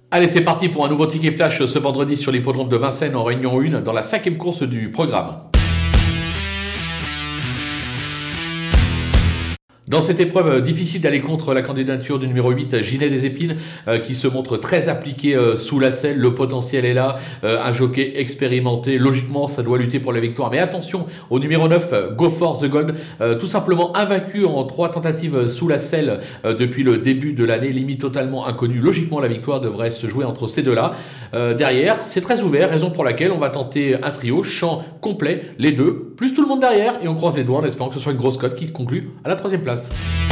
Allez, c'est parti pour un nouveau ticket flash ce vendredi sur l'hippodrome de Vincennes en Réunion 1 dans la 5e course du programme. Dans cette épreuve, difficile d'aller contre la candidature du numéro 8, Ginet des Épines, qui se montre très appliqué sous la selle. Le potentiel est là, un jockey expérimenté. Logiquement, ça doit lutter pour la victoire. Mais attention au numéro 9, Go for the Gold, tout simplement invaincu en 3 tentatives sous la selle depuis le début de l'année, limite totalement inconnu. Logiquement, la victoire devrait se jouer entre ces deux-là. Derrière, c'est très ouvert, raison pour laquelle on va tenter un trio, champ complet, les deux, plus tout le monde derrière, et on croise les doigts en espérant que ce soit une grosse cote qui conclut à la 3e place.